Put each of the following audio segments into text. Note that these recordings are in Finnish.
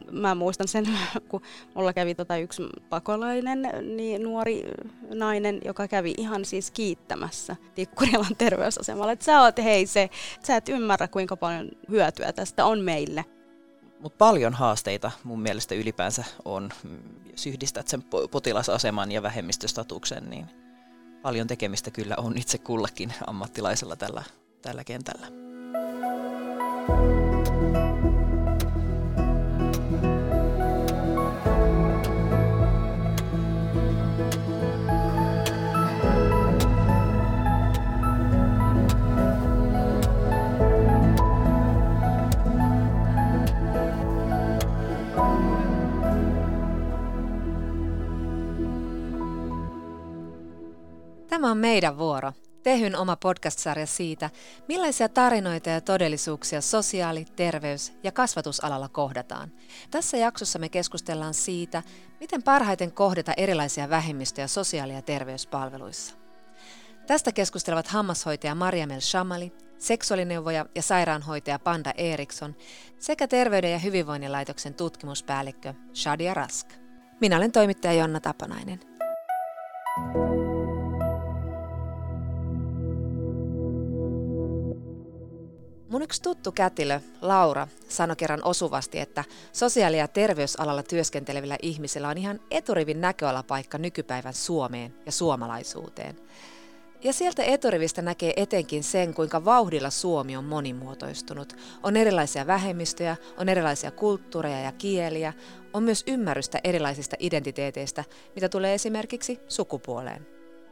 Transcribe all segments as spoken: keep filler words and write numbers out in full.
Mä muistan sen, kun mulla kävi tota yksi pakolainen, niin nuori nainen, joka kävi ihan siis kiittämässä Tikkurilan terveysasemalla, että sä oot hei se, sä et ymmärrä kuinka paljon hyötyä tästä on meille. Mutta paljon haasteita mun mielestä ylipäänsä on, jos yhdistät sen potilasaseman ja vähemmistöstatuksen, niin paljon tekemistä kyllä on itse kullakin ammattilaisella tällä, tällä kentällä. Tämä on meidän vuoro. Tehyn oma podcast-sarja siitä, millaisia tarinoita ja todellisuuksia sosiaali-, terveys- ja kasvatusalalla kohdataan. Tässä jaksossa me keskustellaan siitä, miten parhaiten kohdata erilaisia vähemmistöjä sosiaali- ja terveyspalveluissa. Tästä keskustelevat hammashoitaja Mariam El-Shamali, seksuaalineuvoja ja sairaanhoitaja Panda Eriksson sekä Terveyden ja hyvinvoinnin laitoksen tutkimuspäällikkö Shadia Rask. Minä olen toimittaja Jonna Tapanainen. Mun yksi tuttu kätilö, Laura, sanoi kerran osuvasti, että sosiaali- ja terveysalalla työskentelevillä ihmisillä on ihan eturivin näköalapaikka nykypäivän Suomeen ja suomalaisuuteen. Ja sieltä eturivistä näkee etenkin sen, kuinka vauhdilla Suomi on monimuotoistunut. On erilaisia vähemmistöjä, on erilaisia kulttuureja ja kieliä, on myös ymmärrystä erilaisista identiteeteistä, mitä tulee esimerkiksi sukupuoleen.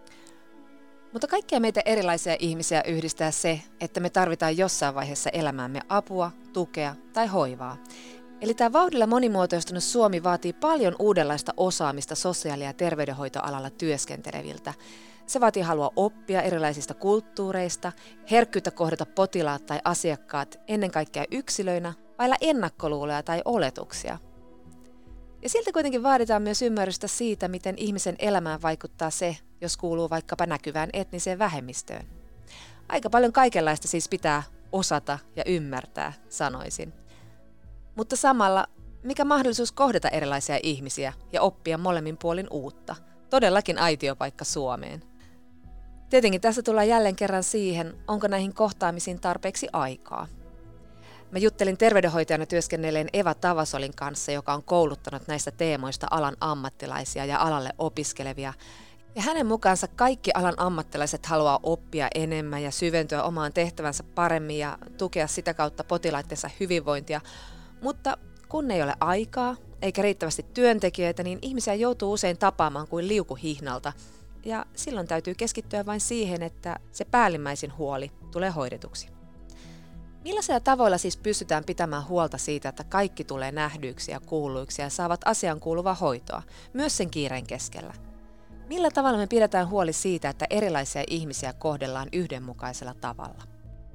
Mutta kaikkia meitä erilaisia ihmisiä yhdistää se, että me tarvitaan jossain vaiheessa elämäämme apua, tukea tai hoivaa. Eli tämä vauhdilla monimuotoistunut Suomi vaatii paljon uudenlaista osaamista sosiaali- ja terveydenhoitoalalla työskenteleviltä. Se vaatii halua oppia erilaisista kulttuureista, herkkyyttä kohdata potilaat tai asiakkaat ennen kaikkea yksilöinä, vailla ennakkoluuloja tai oletuksia. Ja silti kuitenkin vaaditaan myös ymmärrystä siitä, miten ihmisen elämään vaikuttaa se, jos kuuluu vaikkapa näkyvään etniseen vähemmistöön. Aika paljon kaikenlaista siis pitää osata ja ymmärtää, sanoisin. Mutta samalla, mikä mahdollisuus kohdata erilaisia ihmisiä ja oppia molemmin puolin uutta? Todellakin aitiopaikka Suomeen. Tietenkin tässä tullaan jälleen kerran siihen, onko näihin kohtaamisiin tarpeeksi aikaa. Mä juttelin terveydenhoitajana työskennelleen Eva Tavasolin kanssa, joka on kouluttanut näistä teemoista alan ammattilaisia ja alalle opiskelevia. Ja hänen mukaansa kaikki alan ammattilaiset haluaa oppia enemmän ja syventyä omaan tehtävänsä paremmin ja tukea sitä kautta potilaittensa hyvinvointia. Mutta kun ei ole aikaa eikä riittävästi työntekijöitä, niin ihmisiä joutuu usein tapaamaan kuin liukuhihnalta. Ja silloin täytyy keskittyä vain siihen, että se päällimmäisin huoli tulee hoidetuksi. Millaisilla tavoilla siis pystytään pitämään huolta siitä, että kaikki tulee nähdyiksi ja kuulluiksi ja saavat asian kuuluvaa hoitoa, myös sen kiireen keskellä? Millä tavalla me pidetään huoli siitä, että erilaisia ihmisiä kohdellaan yhdenmukaisella tavalla?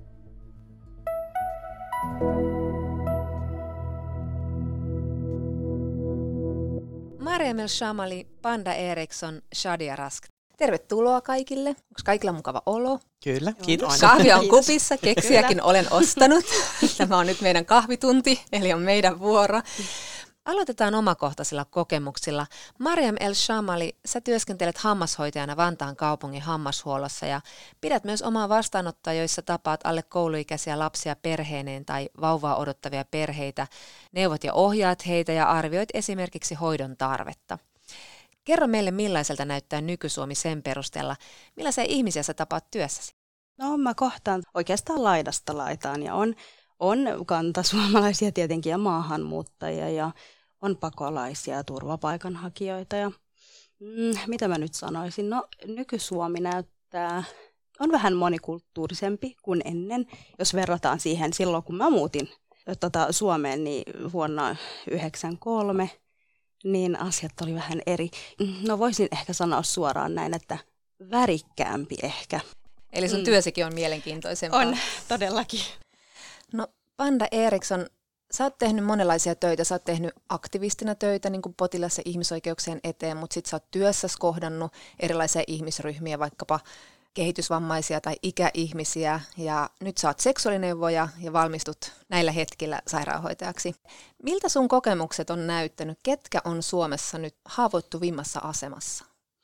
Mariam El-Shamali, Panda Eriksson, Shadia Rask. Tervetuloa kaikille. Onko kaikilla mukava olo? Kyllä, kiitos. Kahvia on kupissa, keksiäkin olen ostanut. Tämä on nyt meidän kahvitunti, eli on meidän vuoro. Aloitetaan omakohtaisilla kokemuksilla. Mariam El-Shamali, sä työskentelet hammashoitajana Vantaan kaupungin hammashuollossa ja pidät myös omaa vastaanottoa, joissa tapaat alle kouluikäisiä lapsia perheineen tai vauvaa odottavia perheitä, neuvot ja ohjaat heitä ja arvioit esimerkiksi hoidon tarvetta. Kerro meille, millaiselta näyttää nyky-Suomi sen perusteella, millaisia ihmisiä sä tapaat työssäsi? No mä kohtaan oikeastaan laidasta laitaan ja on, on kantasuomalaisia tietenkin ja maahanmuuttajia ja on pakolaisia ja turvapaikanhakijoita ja mm, mitä mä nyt sanoisin, no nyky-Suomi näyttää, on vähän monikulttuurisempi kuin ennen, jos verrataan siihen silloin kun mä muutin tota, Suomeen niin vuonna yhdeksänkymmentäkolme. Niin asiat oli vähän eri. No voisin ehkä sanoa suoraan näin, että värikkäämpi ehkä. Eli sun mm. työsikin on mielenkiintoisempaa. On, todellakin. No Panda Eriksson, sä oot tehnyt monenlaisia töitä. Sä oot tehnyt aktivistina töitä niin kuin potilas- ja ihmisoikeuksien eteen, mutta sit sä oot työssäsi kohdannut erilaisia ihmisryhmiä, vaikkapa kehitysvammaisia tai ikäihmisiä ja nyt sä oot seksuaalineuvoja ja valmistut näillä hetkillä sairaanhoitajaksi. Miltä sun kokemukset on näyttänyt? Ketkä on Suomessa nyt haavoittuvimmassa asemassa?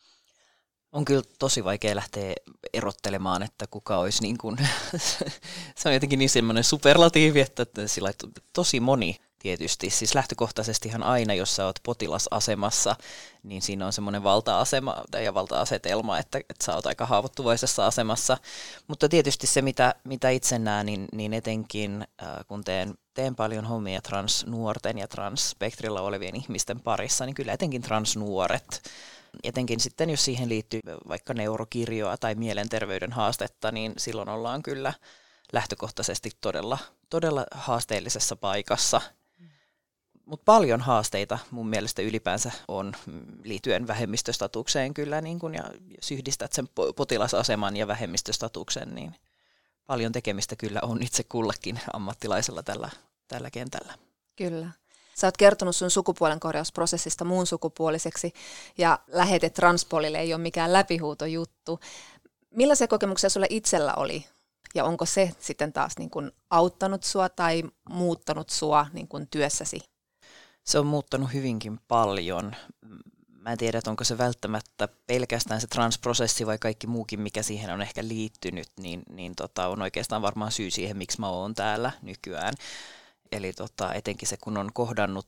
On kyllä tosi vaikea lähteä erottelemaan, että kuka olisi niin kuin, se on jotenkin niin semmoinen superlatiivi, että sillä tosi moni tietysti. Siis lähtökohtaisestihan aina, jos sä oot potilasasemassa, niin siinä on semmoinen valta-asema ja valta-asetelma, että, että sä oot aika haavoittuvaisessa asemassa. Mutta tietysti se, mitä, mitä itse näen, niin, niin etenkin äh, kun teen, teen paljon hommia transnuorten ja transspektrillä olevien ihmisten parissa, niin kyllä etenkin transnuoret, etenkin sitten jos siihen liittyy vaikka neurokirjoa tai mielenterveyden haastetta, niin silloin ollaan kyllä lähtökohtaisesti todella, todella haasteellisessa paikassa. Mutta paljon haasteita mun mielestä ylipäänsä on liittyen vähemmistöstatukseen kyllä, niin kun, ja jos yhdistät sen potilasaseman ja vähemmistöstatuksen, niin paljon tekemistä kyllä on itse kullakin ammattilaisella tällä, tällä kentällä. Kyllä. Sä oot kertonut sun sukupuolenkorjausprosessista muun sukupuoliseksi ja lähetet transpolille ei ole mikään läpihuutojuttu. Millaisia kokemuksia sulla itsellä oli? Ja onko se sitten taas niin kuin auttanut sua tai muuttanut sua niin kuin työssäsi? Se on muuttanut hyvinkin paljon. Mä en tiedä, että onko se välttämättä pelkästään se transprosessi vai kaikki muukin, mikä siihen on ehkä liittynyt, niin, niin tota, on oikeastaan varmaan syy siihen, miksi mä oon täällä nykyään. Eli tota, etenkin se, kun on kohdannut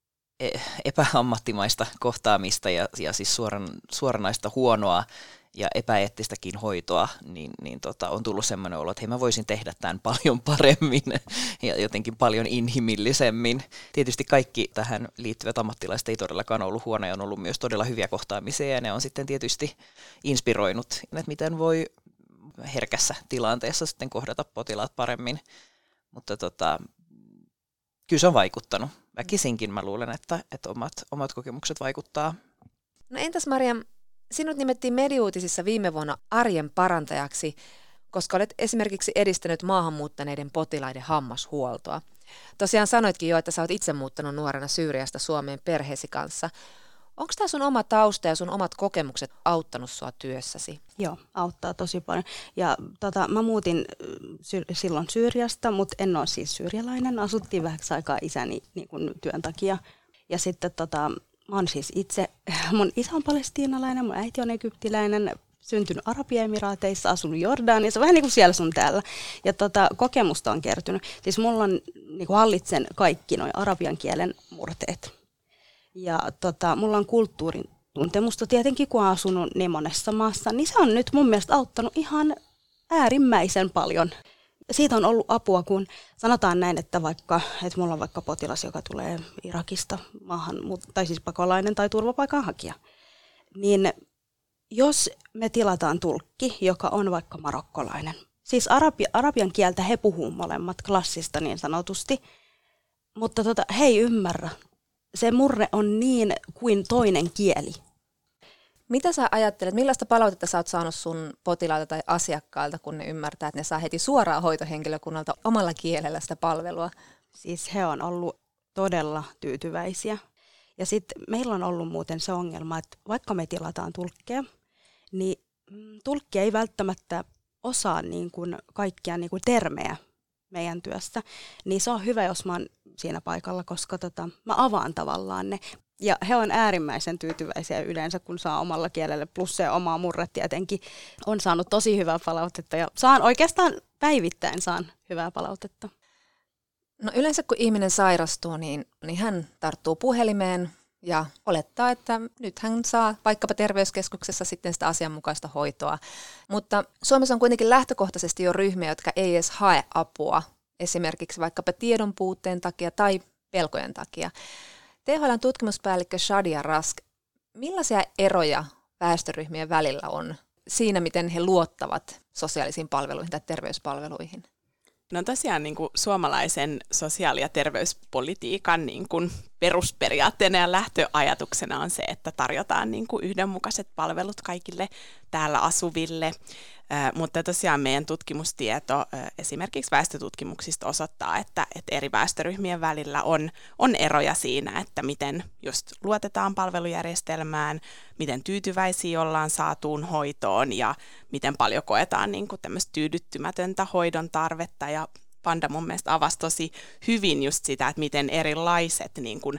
epäammattimaista kohtaamista ja, ja siis suoran, suoranaista huonoa ja epäeettistäkin hoitoa, niin, niin tota, on tullut semmoinen olo, että hei, mä voisin tehdä tämän paljon paremmin ja jotenkin paljon inhimillisemmin. Tietysti kaikki tähän liittyvät ammattilaiset ei todellakaan ollut huonoja, on ollut myös todella hyviä kohtaamisia ja ne on sitten tietysti inspiroinut, että miten voi herkässä tilanteessa sitten kohdata potilaat paremmin, mutta tota, kyllä se on vaikuttanut. Väkisinkin mä luulen, että, että omat, omat kokemukset vaikuttaa. No entäs Mariam, sinut nimettiin Mediuutisissa viime vuonna arjen parantajaksi, koska olet esimerkiksi edistänyt maahanmuuttaneiden potilaiden hammashuoltoa. Tosiaan sanoitkin jo, että sä oot itse muuttanut nuorena Syyriasta Suomeen perheesi kanssa. Onko tämä sun oma tausta ja sun omat kokemukset auttanut sua työssäsi? Joo, auttaa tosi paljon. Ja tota, mä muutin sy- silloin Syyriasta, mutta en ole siis syyrialainen. Asuttiin vähäksi aikaa isäni niin kun työn takia. Ja sitten tota, mä oon siis itse, mun isä on palestiinalainen, mun äiti on egyptiläinen, syntynyt Arabiemiraateissa, asunut Jordaniassa, vähän niin kuin siellä sun täällä. Ja tota, kokemusta on kertynyt. Siis mulla on, niin kuin hallitsen kaikki noi arabian kielen murteet. Ja tota, mulla on kulttuurin tuntemusta tietenkin, kun on asunut niin monessa maassa, niin se on nyt mun mielestä auttanut ihan äärimmäisen paljon. Siitä on ollut apua, kun sanotaan näin, että vaikka, että mulla on vaikka potilas, joka tulee Irakista maahan, tai siis pakolainen tai turvapaikanhakija, niin jos me tilataan tulkki, joka on vaikka marokkolainen, siis arabi, arabian kieltä he puhuu molemmat klassista niin sanotusti, mutta tota, he ei ymmärrä. Se murre on niin kuin toinen kieli. Mitä sä ajattelet, millaista palautetta sä oot saanut sun potilailta tai asiakkailta, kun ne ymmärtää, että ne saa heti suoraan hoitohenkilökunnalta omalla kielellä sitä palvelua? Siis he on ollut todella tyytyväisiä. Ja sitten meillä on ollut muuten se ongelma, että vaikka me tilataan tulkkeja, niin tulkki ei välttämättä osaa niin kuin kaikkia niin kuin termejä meidän työssä. Niin se on hyvä, jos mä oon siinä paikalla, koska tota, mä avaan tavallaan ne. Ja he on äärimmäisen tyytyväisiä yleensä, kun saa omalla kielellä, plus se omaa murre tietenkin on saanut tosi hyvää palautetta. Ja saan oikeastaan päivittäin saan hyvää palautetta. No yleensä kun ihminen sairastuu, niin, niin hän tarttuu puhelimeen ja olettaa, että nyt hän saa vaikkapa terveyskeskuksessa sitten sitä asianmukaista hoitoa. Mutta Suomessa on kuitenkin lähtökohtaisesti jo ryhmiä, jotka ei edes hae apua, esimerkiksi vaikkapa tiedon puutteen takia tai pelkojen takia. T H L:n tutkimuspäällikkö Shadia Rask, millaisia eroja väestöryhmien välillä on siinä, miten he luottavat sosiaalisiin palveluihin tai terveyspalveluihin? No tosiaan niin kuin suomalaisen sosiaali- ja terveyspolitiikan niin kuin perusperiaatteena ja lähtöajatuksena on se, että tarjotaan niin kuin yhdenmukaiset palvelut kaikille täällä asuville. Äh, mutta tosiaan meidän tutkimustieto äh, esimerkiksi väestötutkimuksista osoittaa, että, että eri väestöryhmien välillä on, on eroja siinä, että miten just luotetaan palvelujärjestelmään, miten tyytyväisiä ollaan saatuun hoitoon ja miten paljon koetaan niin kuin tämmöistä tyydyttymätöntä hoidon tarvetta. Ja Panda mun mielestä avasi tosi hyvin just sitä, että miten erilaiset niin kuin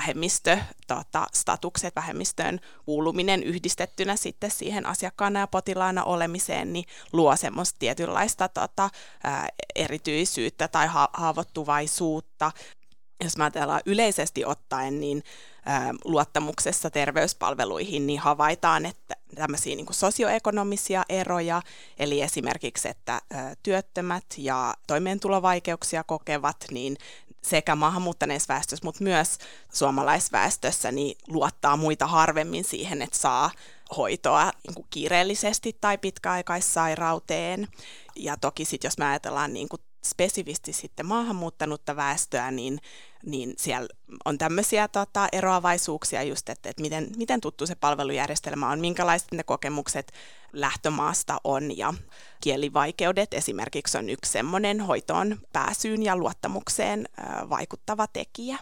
vähemmistöstatukset, vähemmistöön kuuluminen yhdistettynä sitten siihen asiakkaana ja potilaana olemiseen, niin luo semmoista tietynlaista tota, ää, erityisyyttä tai ha- haavoittuvaisuutta. Jos mä ajatellaan yleisesti ottaen, niin ä, luottamuksessa terveyspalveluihin niin havaitaan, että tämmöisiä niin kuin sosioekonomisia eroja, eli esimerkiksi, että ä, työttömät ja toimeentulovaikeuksia kokevat, niin sekä maahanmuuttaneessa väestössä, mutta myös suomalaisväestössä niin luottaa muita harvemmin siihen, että saa hoitoa niin kuin kiireellisesti tai pitkäaikaissairauteen. Ja toki sitten, jos me ajatellaan niin kuin spesifisti sitten maahanmuuttanutta väestöä, niin, niin siellä on tämmöisiä tota, eroavaisuuksia just, että, että miten, miten tuttu se palvelujärjestelmä on, minkälaiset ne kokemukset lähtömaasta on ja kielivaikeudet esimerkiksi on yksi semmoinen hoitoon pääsyyn ja luottamukseen äh, vaikuttava tekijä.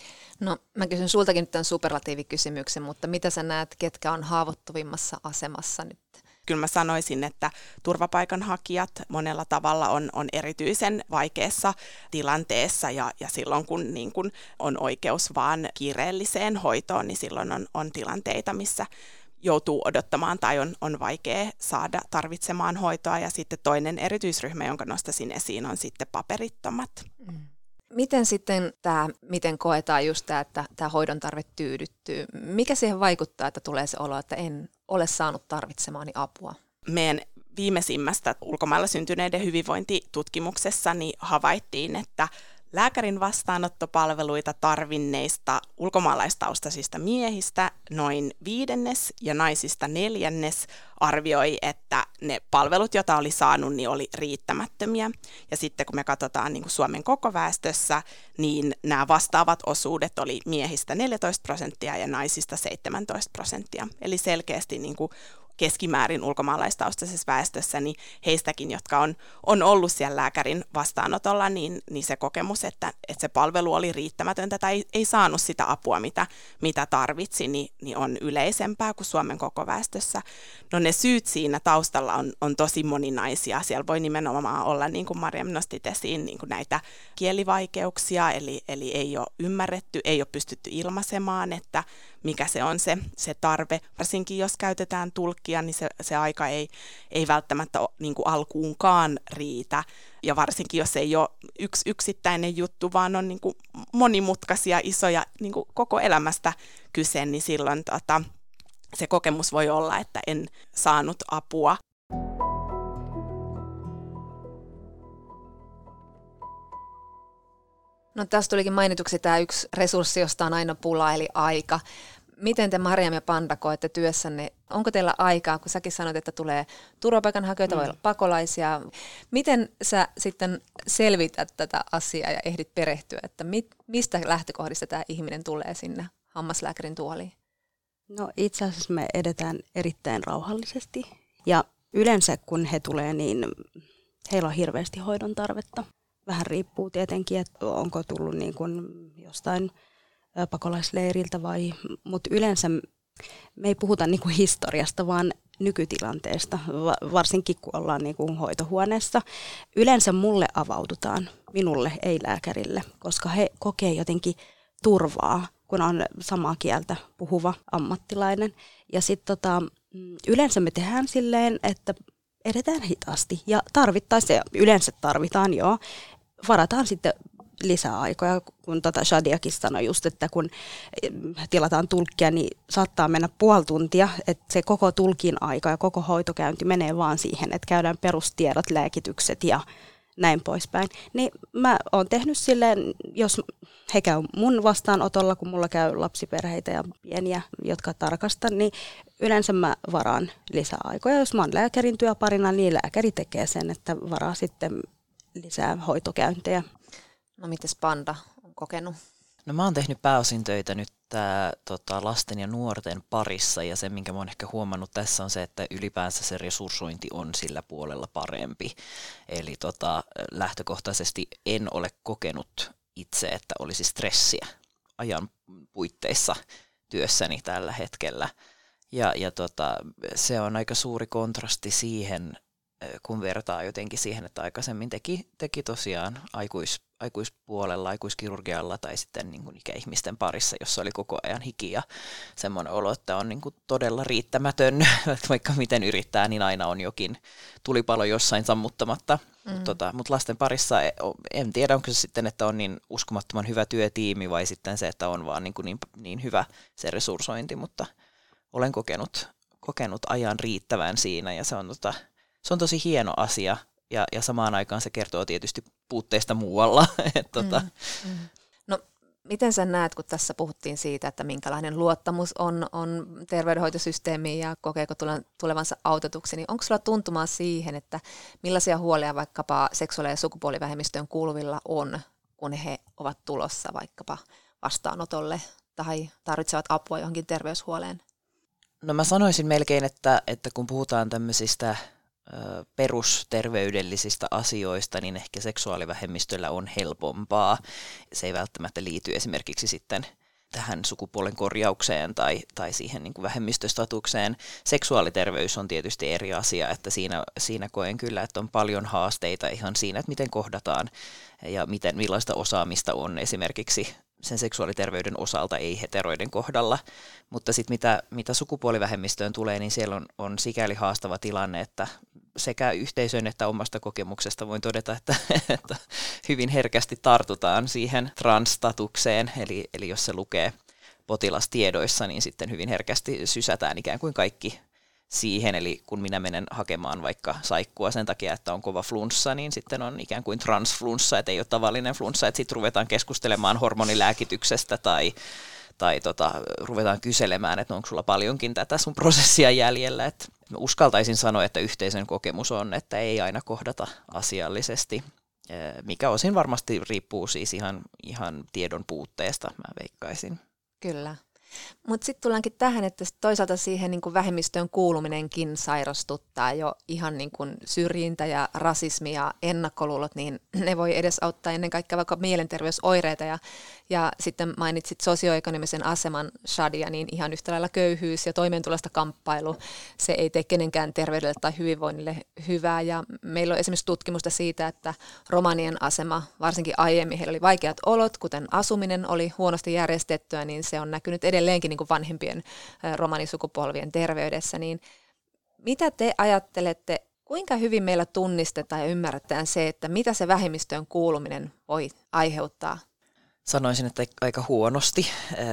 No mä kysyn sultakin nyt tämän superlatiivikysymyksen, mutta mitä sä näet, ketkä on haavoittuvimmassa asemassa nyt? Kyllä mä sanoisin, että turvapaikanhakijat monella tavalla on, on erityisen vaikeassa tilanteessa ja, ja silloin kun, niin kun on oikeus vaan kiireelliseen hoitoon, niin silloin on, on tilanteita, missä joutuu odottamaan tai on, on vaikea saada tarvitsemaan hoitoa. Ja sitten toinen erityisryhmä, jonka nostaisin esiin, on sitten paperittomat. Mm. Miten sitten tämä, miten koetaan just tämä, että tämä hoidon tarve tyydyttyy? Mikä siihen vaikuttaa, että tulee se olo, että en ole saanut tarvitsemaani apua? Meidän viimeisimmästä ulkomailla syntyneiden hyvinvointitutkimuksessa niin havaittiin, että lääkärin vastaanottopalveluita tarvinneista ulkomaalaistaustaisista miehistä noin viidennes ja naisista neljännes arvioi, että ne palvelut, joita oli saanut, niin oli riittämättömiä. Ja sitten kun me katsotaan niin kuin Suomen koko väestössä, niin nämä vastaavat osuudet oli miehistä neljätoista prosenttia ja naisista seitsemäntoista prosenttia. Eli selkeästi niin kuin keskimäärin ulkomaalaistaustaisessa väestössä, niin heistäkin, jotka on, on ollut siellä lääkärin vastaanotolla, niin, niin se kokemus, että, että se palvelu oli riittämätöntä tai ei, ei saanut sitä apua, mitä, mitä tarvitsi, niin, niin on yleisempää kuin Suomen koko väestössä. No ne syyt siinä taustalla on, on tosi moninaisia. Siellä voi nimenomaan olla, niin kuin Mariam nostit esiin, niin kuin näitä kielivaikeuksia, eli, eli ei ole ymmärretty, ei ole pystytty ilmaisemaan, että mikä se on se, se tarve. Varsinkin jos käytetään tulkkia, niin se, se aika ei, ei välttämättä niin kuin alkuunkaan riitä. Ja varsinkin jos ei ole yksi yksittäinen juttu, vaan on niin kuin monimutkaisia, isoja niin kuin koko elämästä kyse, niin silloin tota, se kokemus voi olla, että en saanut apua. No tässä tulikin mainituksi tämä yksi resurssi, josta on aina pula, eli aika. Miten te, Mariam ja Panda, koette työssänne? Onko teillä aikaa, kun säkin sanoit, että tulee turvapaikanhakijoita, mm. voi olla pakolaisia. Miten sä sitten selvität tätä asiaa ja ehdit perehtyä, että mit, mistä lähtökohdista tämä ihminen tulee sinne hammaslääkärin tuoliin? No itse asiassa me edetään erittäin rauhallisesti ja yleensä kun he tulee, niin heillä on hirveästi hoidon tarvetta. Vähän riippuu tietenkin, että onko tullut niin kuin jostain pakolaisleiriltä vai, mutta yleensä me ei puhuta niin kuin historiasta, vaan nykytilanteesta, varsinkin kun ollaan niin kuin hoitohuoneessa. Yleensä mulle avaudutaan, minulle, ei lääkärille, koska he kokee jotenkin turvaa, kun on samaa kieltä puhuva ammattilainen. Ja sitten tota, yleensä me tehdään silleen, että edetään hitaasti ja tarvittaisiin, yleensä tarvitaan joo, varataan sitten lisäaikoja, kun tota Shadiakin sanoi just, että kun tilataan tulkkia, niin saattaa mennä puoli tuntia, että se koko tulkin aika ja koko hoitokäynti menee vaan siihen, että käydään perustiedot, lääkitykset ja näin poispäin. Niin mä oon tehnyt silleen, jos he käy mun vastaanotolla, kun mulla käy lapsiperheitä ja pieniä, jotka tarkastan, niin yleensä mä varaan lisäaikoja. Jos mä oon lääkärin työparina, niin lääkäri tekee sen, että varaa sitten lisää hoitokäyntejä. No mites Panda on kokenut? No mä oon tehnyt pääosin töitä nyt tää, tota, lasten ja nuorten parissa, ja se, minkä mä oon ehkä huomannut tässä, on se, että ylipäänsä se resurssointi on sillä puolella parempi. Eli tota, lähtökohtaisesti en ole kokenut itse, että olisi stressiä ajan puitteissa työssäni tällä hetkellä. Ja, ja tota, se on aika suuri kontrasti siihen, kun vertaa jotenkin siihen, että aikaisemmin teki, teki tosiaan aikuis, aikuispuolella, aikuiskirurgialla tai sitten niin kuin ikäihmisten parissa, jossa oli koko ajan hiki ja semmoinen olo, että on niin kuin todella riittämätön, että vaikka miten yrittää, niin aina on jokin tulipalo jossain sammuttamatta. Mm. Mutta tota, mut lasten parissa en tiedä, onko se sitten, että on niin uskomattoman hyvä työtiimi vai sitten se, että on vaan niin, kuin niin, niin hyvä se resurssointi, mutta olen kokenut, kokenut ajan riittävän siinä ja se on tota, Se on tosi hieno asia ja, ja samaan aikaan se kertoo tietysti puutteista muualla. Et, tota. mm, mm. No miten sä näet, kun tässä puhuttiin siitä, että minkälainen luottamus on, on terveydenhoitosysteemiin ja kokeeko tulevansa autetuksi, niin onko sulla tuntumaa siihen, että millaisia huolia vaikkapa seksuaali- ja sukupuolivähemmistöön kuuluvilla on, kun he ovat tulossa vaikkapa vastaanotolle tai tarvitsevat apua johonkin terveyshuoleen? No mä sanoisin melkein, että, että kun puhutaan tämmöisistä perusterveydellisistä asioista, niin ehkä seksuaalivähemmistöllä on helpompaa. Se ei välttämättä liity esimerkiksi sitten tähän sukupuolen korjaukseen tai, tai siihen niin kuin vähemmistöstatukseen. Seksuaaliterveys on tietysti eri asia, että siinä, siinä koen kyllä, että on paljon haasteita ihan siinä, että miten kohdataan ja miten, millaista osaamista on esimerkiksi sen seksuaaliterveyden osalta ei-heteroiden kohdalla, mutta sitten mitä, mitä sukupuolivähemmistöön tulee, niin siellä on, on sikäli haastava tilanne, että sekä yhteisön että omasta kokemuksesta voin todeta, että, että hyvin herkästi tartutaan siihen transstatukseen, eli, eli jos se lukee potilastiedoissa, niin sitten hyvin herkästi sysätään ikään kuin kaikki siihen, eli kun minä menen hakemaan vaikka saikkua sen takia, että on kova flunssa, niin sitten on ikään kuin transflunssa, että ei ole tavallinen flunssa, että sitten ruvetaan keskustelemaan hormonilääkityksestä tai, tai tota, ruvetaan kyselemään, että onko sulla paljonkin tätä sun prosessia jäljellä. Et uskaltaisin sanoa, että yhteisön kokemus on, että ei aina kohdata asiallisesti, mikä osin varmasti riippuu siis ihan, ihan tiedon puutteesta, mä veikkaisin. Kyllä. Mutta sitten tullaankin tähän, että toisaalta siihen niin kuin vähemmistöön kuuluminenkin sairastuttaa jo ihan niin kuin syrjintä ja rasismi ja ennakkoluulot, niin ne voi edesauttaa ennen kaikkea vaikka mielenterveysoireita. Ja, ja sitten mainitsit sosioekonomisen aseman, Shadia, niin ihan yhtä lailla köyhyys ja toimeentulosta kamppailu, se ei tee kenenkään terveydelle tai hyvinvoinnille hyvää. Ja meillä on esimerkiksi tutkimusta siitä, että romanien asema, varsinkin aiemmin heillä oli vaikeat olot, kuten asuminen oli huonosti järjestettyä, niin se on näkynyt edelleen. edelleenkin niin kuin vanhempien romanisukupolvien terveydessä, niin mitä te ajattelette, kuinka hyvin meillä tunnistetaan ja ymmärretään se, että mitä se vähemmistöön kuuluminen voi aiheuttaa? Sanoisin, että aika huonosti.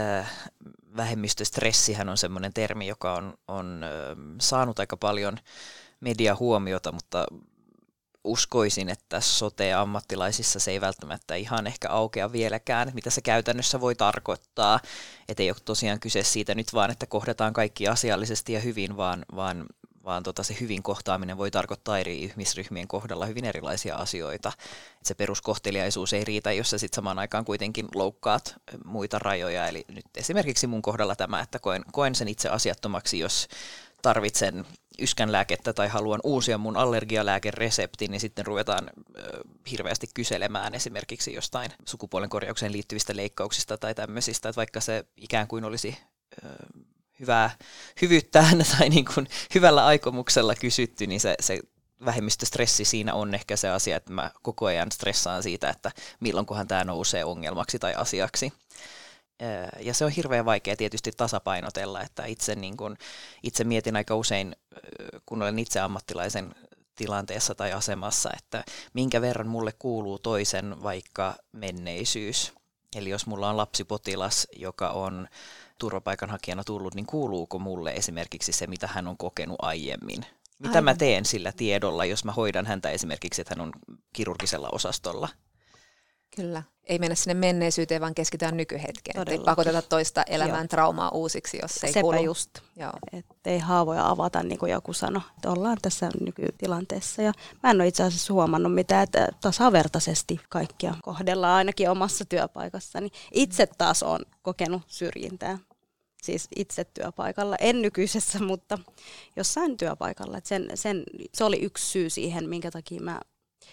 Vähemmistöstressihän on semmoinen termi, joka on, on saanut aika paljon mediahuomiota, mutta uskoisin, että sote-ammattilaisissa se ei välttämättä ihan ehkä aukea vieläkään, mitä se käytännössä voi tarkoittaa. Että ei ole tosiaan kyse siitä nyt vaan, että kohdataan kaikki asiallisesti ja hyvin, vaan, vaan, vaan tota se hyvin kohtaaminen voi tarkoittaa eri ihmisryhmien kohdalla hyvin erilaisia asioita. Et se peruskohteliaisuus ei riitä, jos sä sit samaan aikaan kuitenkin loukkaat muita rajoja. Eli nyt esimerkiksi mun kohdalla tämä, että koen, koen sen itse asiattomaksi, jos tarvitsen yskänlääkettä tai haluan uusia mun allergialääkereseptin, niin sitten ruvetaan ö, hirveästi kyselemään esimerkiksi jostain sukupuolen korjaukseen liittyvistä leikkauksista tai tämmöisistä, että vaikka se ikään kuin olisi ö, hyvää hyvyyttään tai niin kuin hyvällä aikomuksella kysytty, niin se, se vähemmistöstressi siinä on ehkä se asia, että mä koko ajan stressaan siitä, että milloinkohan tämä nousee ongelmaksi tai asiaksi. Ja se on hirveän vaikea tietysti tasapainotella, että itse, niin kun, itse mietin aika usein, kun olen itse ammattilaisen tilanteessa tai asemassa, että minkä verran mulle kuuluu toisen vaikka menneisyys. Eli jos mulla on lapsipotilas, joka on turvapaikanhakijana tullut, niin kuuluuko mulle esimerkiksi se, mitä hän on kokenut aiemmin? Mitä Aivan. mä teen sillä tiedolla, jos mä hoidan häntä esimerkiksi, että hän on kirurgisella osastolla? Kyllä. Ei mennä sinne menneisyyteen, vaan keskitytään nykyhetkeen. Ei pakoteta toista elämään Joo. traumaa uusiksi, jos se ei Sepä kuulu. just. Että ei haavoja avata, niin kuin joku sanoi. Että ollaan tässä nykytilanteessa. Ja mä en ole itse asiassa huomannut mitään, että tasavertaisesti kaikkia kohdellaan ainakin omassa työpaikassani. Itse taas olen kokenut syrjintää. Siis itse työpaikalla, en nykyisessä, mutta jossain työpaikalla. Et sen, sen, se oli yksi syy siihen, minkä takia mä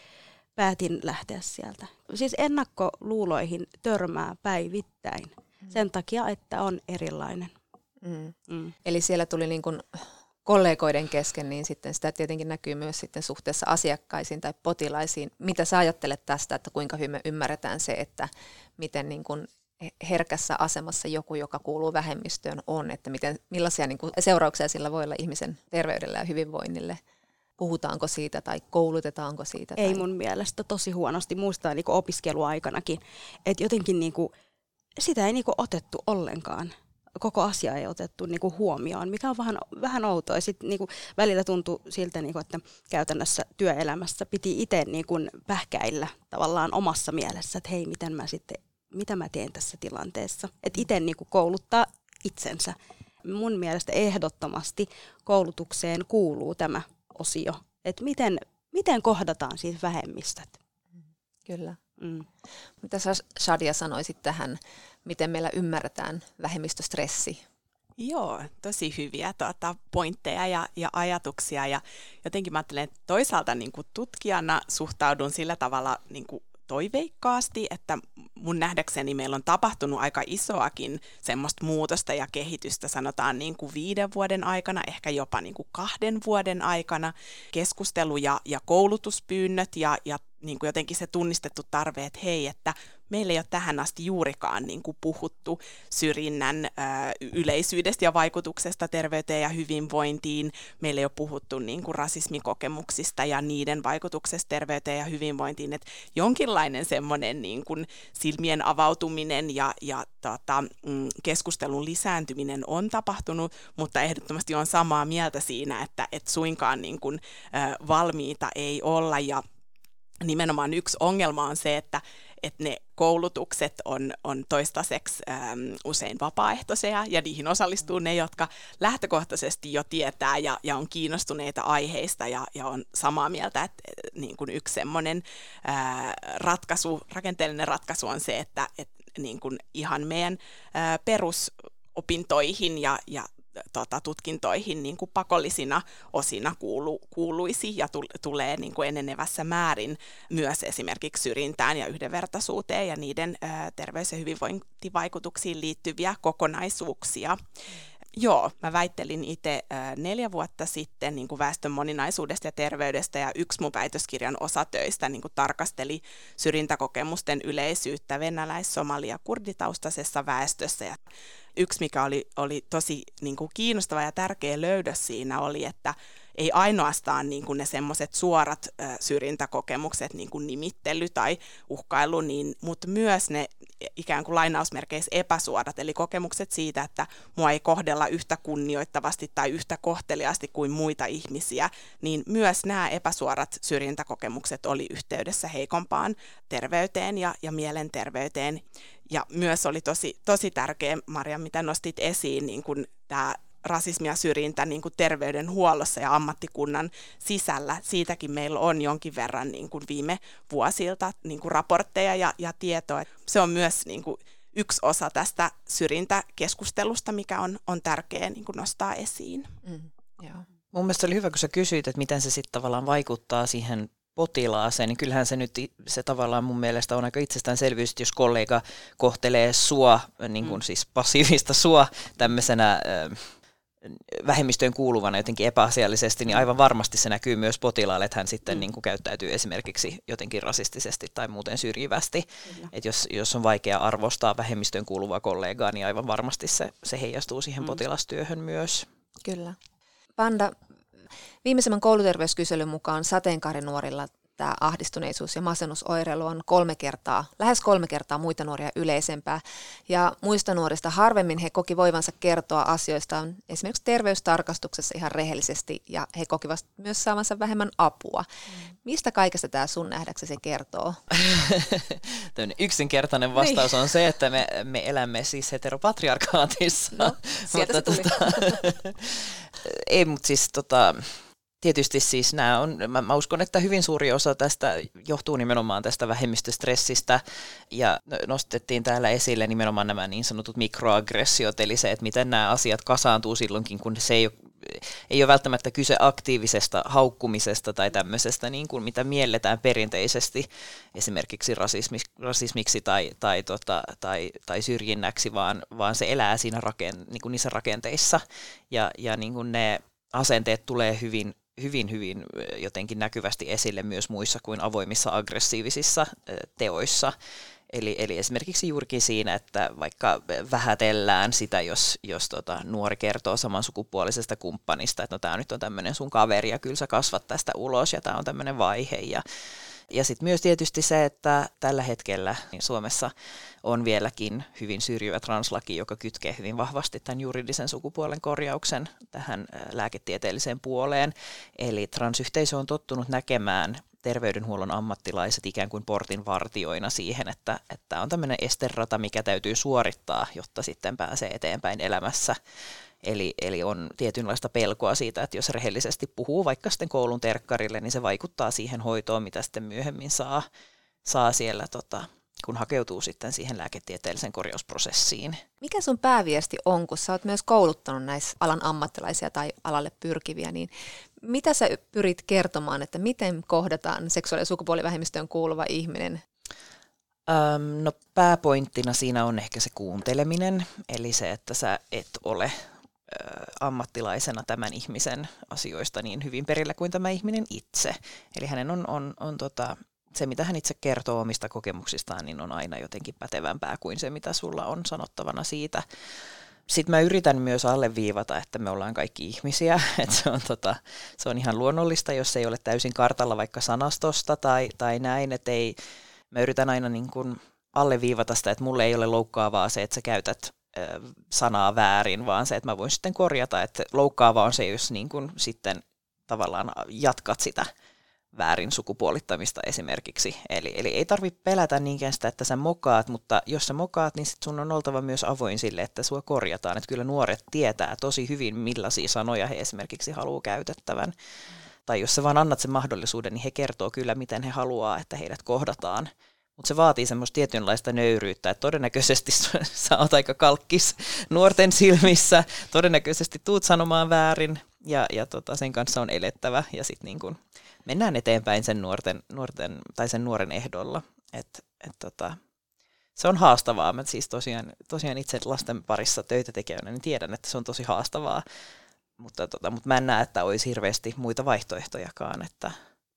päätin lähteä sieltä. Siis ennakkoluuloihin törmää päivittäin mm. sen takia, että on erilainen. Mm. Mm. Eli siellä tuli niin kuin kollegoiden kesken, niin sitten sitä tietenkin näkyy myös sitten suhteessa asiakkaisiin tai potilaisiin. Mitä sä ajattelet tästä, että kuinka hyvin me ymmärretään se, että miten niin kuin herkässä asemassa joku, joka kuuluu vähemmistöön, on, että miten, millaisia niin kuin seurauksia sillä voi olla ihmisen terveydelle ja hyvinvoinnille? Puhutaanko siitä tai koulutetaanko siitä? Ei tai... mun mielestä tosi huonosti. Muistaa niin kuin opiskeluaikanakin, että jotenkin niin kuin, sitä ei niin kuin otettu ollenkaan. Koko asia ei otettu niin kuin huomioon, mikä on vähän, vähän outoa. Ja sit, niin kuin, välillä tuntui siltä, niin kuin, että käytännössä työelämässä piti itse niin kuin pähkäillä tavallaan omassa mielessä, että hei, miten mä sitten, mitä mä teen tässä tilanteessa. Että itse niin kuin kouluttaa itsensä. Mun mielestä ehdottomasti koulutukseen kuuluu tämä osio, että miten, miten kohdataan siis vähemmistöt. Kyllä. Mm. Mitä sä, Shadia, sanoisit tähän, miten meillä ymmärretään vähemmistöstressi? Joo, tosi hyviä tuota, pointteja ja, ja ajatuksia. Ja jotenkin mä ajattelen, että toisaalta niin kuin tutkijana suhtaudun sillä tavalla niin kuin toiveikkaasti, että mun nähdäkseni meillä on tapahtunut aika isoakin semmoista muutosta ja kehitystä, sanotaan niin kuin viiden vuoden aikana, ehkä jopa niin kuin kahden vuoden aikana, keskustelu- ja, ja koulutuspyynnöt ja, ja niin kuin jotenkin se tunnistettu tarve, että hei, että meillä ei ole tähän asti juurikaan niin kuin puhuttu syrjinnän ö, yleisyydestä ja vaikutuksesta terveyteen ja hyvinvointiin. Meillä ei ole puhuttu niin kuin rasismikokemuksista ja niiden vaikutuksesta terveyteen ja hyvinvointiin. Et jonkinlainen semmoinen niin kuin silmien avautuminen ja, ja tota, mm, keskustelun lisääntyminen on tapahtunut, mutta ehdottomasti on samaa mieltä siinä, että et suinkaan niin kuin, ö, valmiita ei olla. Ja nimenomaan yksi ongelma on se, että että ne koulutukset on, on toistaiseksi äm, usein vapaaehtoisia ja niihin osallistuu ne, jotka lähtökohtaisesti jo tietää ja, ja on kiinnostuneita aiheista ja, ja on samaa mieltä, että niin kuin yksi semmoinen ää, ratkaisu, rakenteellinen ratkaisu on se, että et, niin kuin ihan meidän ää, perusopintoihin ja, ja Tota, tutkintoihin niin kuin pakollisina osina kuulu, kuuluisi ja tu, tulee niin kuin enenevässä määrin myös esimerkiksi syrjintään ja yhdenvertaisuuteen ja niiden ä, terveys- ja hyvinvointivaikutuksiin liittyviä kokonaisuuksia. Joo, mä väittelin itse äh, neljä vuotta sitten niin kuin väestön moninaisuudesta ja terveydestä, ja yksi mun väitöskirjan osatöistä niin kuin tarkasteli syrjintäkokemusten yleisyyttä venäläis-, somali- ja kurditaustaisessa väestössä. Ja yksi, mikä oli, oli tosi niin kuin kiinnostava ja tärkeä löydös siinä oli, että ei ainoastaan niin kuin ne semmoiset suorat ö, syrjintäkokemukset, niin kuin nimittely tai uhkailu, niin, mutta myös ne ikään kuin lainausmerkeissä epäsuorat, eli kokemukset siitä, että mua ei kohdella yhtä kunnioittavasti tai yhtä kohteliaasti kuin muita ihmisiä, niin myös nämä epäsuorat syrjintäkokemukset oli yhteydessä heikompaan terveyteen ja, ja mielenterveyteen. Ja myös oli tosi, tosi tärkeä, Maria, mitä nostit esiin, niin kuin tämä rasismi ja syrjintä niin kuin terveydenhuollossa ja ammattikunnan sisällä. Siitäkin meillä on jonkin verran niin kuin viime vuosilta niin kuin raportteja ja, ja tietoa. Se on myös niin kuin yksi osa tästä syrjintäkeskustelusta, mikä on, on tärkeää niin kuin nostaa esiin. Mm, joo. Mun mielestä oli hyvä, kun sä kysyit, että miten se sitten tavallaan vaikuttaa siihen potilaaseen, niin kyllähän se nyt se tavallaan mun mielestä on aika itsestäänselvyys, että jos kollega kohtelee sua, niin kuin mm. siis passiivista sua tämmöisenä äh, vähemmistöön kuuluvana jotenkin epäasiallisesti, niin aivan varmasti se näkyy myös potilaalle, että hän sitten mm. niin kuin käyttäytyy esimerkiksi jotenkin rasistisesti tai muuten syrjivästi. Että jos, jos on vaikea arvostaa vähemmistöön kuuluvaa kollegaa, niin aivan varmasti se, se heijastuu siihen mm. potilastyöhön myös. Kyllä. Panda, viimeisemmän kouluterveyskyselyn mukaan sateenkaarinuorilla tämä ahdistuneisuus ja masennusoireilu on kolme kertaa, lähes kolme kertaa muita nuoria yleisempää. Ja muista nuorista harvemmin he koki voivansa kertoa asioista esimerkiksi terveystarkastuksessa ihan rehellisesti ja he kokivat myös saavansa vähemmän apua. Mm. Mistä kaikesta tämä sun nähdäksesi kertoo? Tällainen yksinkertainen vastaus on se, että me, me elämme siis heteropatriarkaatissa. No, sieltä se tuli. Tota, ei, mutta siis tota, tietysti siis nämä on, mä, mä uskon, että hyvin suuri osa tästä johtuu nimenomaan tästä vähemmistöstressistä ja nostettiin täällä esille nimenomaan nämä niin sanotut mikroaggressiot, eli se, että miten nämä asiat kasaantuu silloinkin, kun se ei ole, ei ole välttämättä kyse aktiivisesta haukkumisesta tai tämmöisestä, niin kuin mitä mielletään perinteisesti esimerkiksi rasismi, rasismiksi tai, tai, tota, tai, tai syrjinnäksi, vaan, vaan se elää siinä raken, niin kuin niissä rakenteissa ja, ja niin kuin ne asenteet tulee hyvin, hyvin, hyvin jotenkin näkyvästi esille myös muissa kuin avoimissa aggressiivisissa teoissa. Eli, eli esimerkiksi juurikin siinä, että vaikka vähätellään sitä, jos, jos tota, nuori kertoo samansukupuolisesta kumppanista, että no tämä nyt on tämmöinen sun kaveri ja kyllä sä kasvat tästä ulos ja tämä on tämmöinen vaihe. Ja, ja sitten myös tietysti se, että tällä hetkellä niin Suomessa on vieläkin hyvin syrjivä translaki, joka kytkee hyvin vahvasti tämän juridisen sukupuolen korjauksen tähän lääketieteelliseen puoleen. Eli transyhteisö on tottunut näkemään terveydenhuollon ammattilaiset ikään kuin portin vartioina siihen, että, että on tämmöinen esterata, mikä täytyy suorittaa, jotta sitten pääsee eteenpäin elämässä. Eli, eli on tietynlaista pelkoa siitä, että jos rehellisesti puhuu vaikka sitten koulun terkkarille, niin se vaikuttaa siihen hoitoon, mitä sitten myöhemmin saa, saa siellä, tota, kun hakeutuu sitten siihen lääketieteelliseen korjausprosessiin. Mikä sun pääviesti on, kun sä oot myös kouluttanut näissä alan ammattilaisia tai alalle pyrkiviä, niin mitä sä pyrit kertomaan, että miten kohdataan seksuaali- ja sukupuolivähemmistöön kuuluva ihminen? Öm, no pääpointtina siinä on ehkä se kuunteleminen, eli se, että sä et ole ö, ammattilaisena tämän ihmisen asioista niin hyvin perillä kuin tämä ihminen itse. Eli hänen on, on, on tota, se, mitä hän itse kertoo omista kokemuksistaan, niin on aina jotenkin pätevämpää kuin se, mitä sulla on sanottavana siitä. Sitten mä yritän myös alleviivata, että me ollaan kaikki ihmisiä, että se on, tota, se on ihan luonnollista, jos ei ole täysin kartalla vaikka sanastosta tai, tai näin, että ei, mä yritän aina niin kuin alleviivata sitä, että mulle ei ole loukkaavaa se, että sä käytät ö, sanaa väärin, vaan se, että mä voin sitten korjata, että loukkaavaa on se, jos niin kuin sitten tavallaan jatkat sitä väärin sukupuolittamista esimerkiksi. Eli, eli ei tarvitse pelätä niinkään sitä, että sä mokaat, mutta jos sä mokaat, niin sit sun on oltava myös avoin sille, että sua korjataan. Että kyllä nuoret tietää tosi hyvin, millaisia sanoja he esimerkiksi haluaa käytettävän. Tai jos sä vaan annat sen mahdollisuuden, niin he kertoo kyllä, miten he haluaa, että heidät kohdataan. Mutta se vaatii semmoista tietynlaista nöyryyttä, että todennäköisesti sä oot aika kalkkis nuorten silmissä, todennäköisesti tuut sanomaan väärin ja, ja tota, sen kanssa on elettävä ja sitten niin kun mennään eteenpäin sen, nuorten, nuorten, tai sen nuoren ehdolla. Et, et tota, se on haastavaa. Mä siis tosiaan, tosiaan itse lasten parissa töitä tekevänä niin tiedän, että se on tosi haastavaa, mutta, tota, mutta mä en näe, että olisi hirveästi muita vaihtoehtojakaan. Että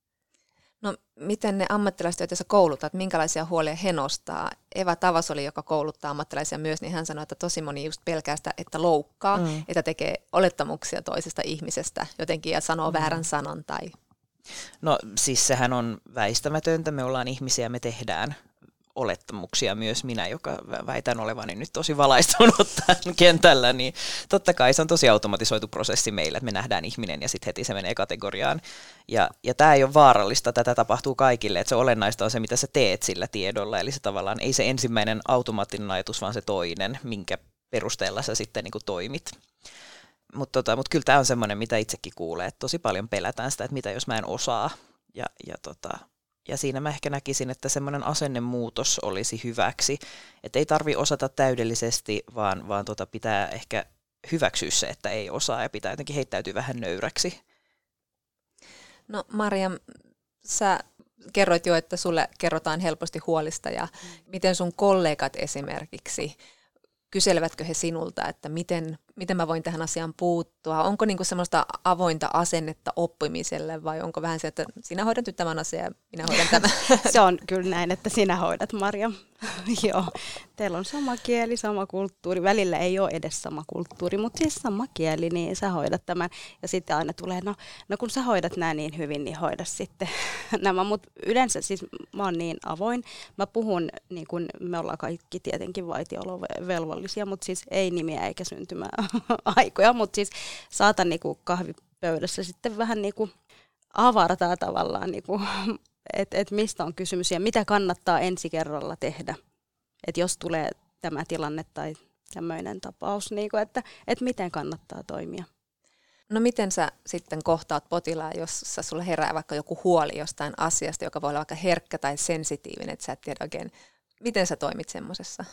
No miten ne ammattilaiset, joita sä koulutat, minkälaisia huolia he nostaa? Eva Tavasoli, joka kouluttaa ammattilaisia myös, niin hän sanoi, että tosi moni just pelkää sitä, että loukkaa, mm. että tekee olettamuksia toisesta ihmisestä jotenkin ja sanoo mm. väärän sanan tai... No siis sehän on väistämätöntä, me ollaan ihmisiä, me tehdään olettamuksia myös minä, joka väitän olevani nyt tosi valaistunut tämän kentällä, niin totta kai se on tosi automatisoitu prosessi meillä, että me nähdään ihminen ja sitten heti se menee kategoriaan. Ja, ja tämä ei ole vaarallista, tätä tapahtuu kaikille, että se olennaista on se, mitä sä teet sillä tiedolla, eli se tavallaan ei se ensimmäinen automaattinen ajatus, vaan se toinen, minkä perusteella sä sitten niin kuin toimit. Mutta tota, mut kyllä tämä on semmoinen, mitä itsekin kuulee, että tosi paljon pelätään sitä, että mitä jos mä en osaa. Ja, ja, tota, ja siinä mä ehkä näkisin, että semmoinen asennemuutos olisi hyväksi. Että ei tarvitse osata täydellisesti, vaan, vaan tota pitää ehkä hyväksyä se, että ei osaa ja pitää jotenkin heittäytyä vähän nöyräksi. No Marjam, sä kerroit jo, että sulle kerrotaan helposti huolista ja miten sun kollegat esimerkiksi, kyselevätkö he sinulta, että miten, miten mä voin tähän asiaan puuttua? tuttua? Onko niinku semmoista avointa asennetta oppimiselle vai onko vähän se, että sinä hoidat nyt tämän asian ja minä hoidan tämän? Se on kyllä näin, että sinä hoidat, Marja. Joo, teillä on sama kieli, sama kulttuuri. Välillä ei ole edes sama kulttuuri, mutta siis sama kieli, niin sä hoidat tämän. Ja sitten aina tulee, no, no kun sä hoidat nämä niin hyvin, niin hoida sitten nämä. Mutta yleensä siis mä oon niin avoin. Mä puhun, niin kuin me ollaan kaikki tietenkin vaitiolovelvollisia, mutta siis ei nimiä eikä syntymäaikoja. Mutta siis saatan niin kuin kahvipöydässä sitten vähän niin kuin avartaa tavallaan niin kuin että et mistä on kysymys ja mitä kannattaa ensi kerralla tehdä. Että jos tulee tämä tilanne tai tämmöinen tapaus, niin kuin, että et miten kannattaa toimia. No miten sä sitten kohtaat potilaan, jos sulle herää vaikka joku huoli jostain asiasta, joka voi olla vaikka herkkä tai sensitiivinen, että sä et tiedä oikein, miten sä toimit semmoisessa?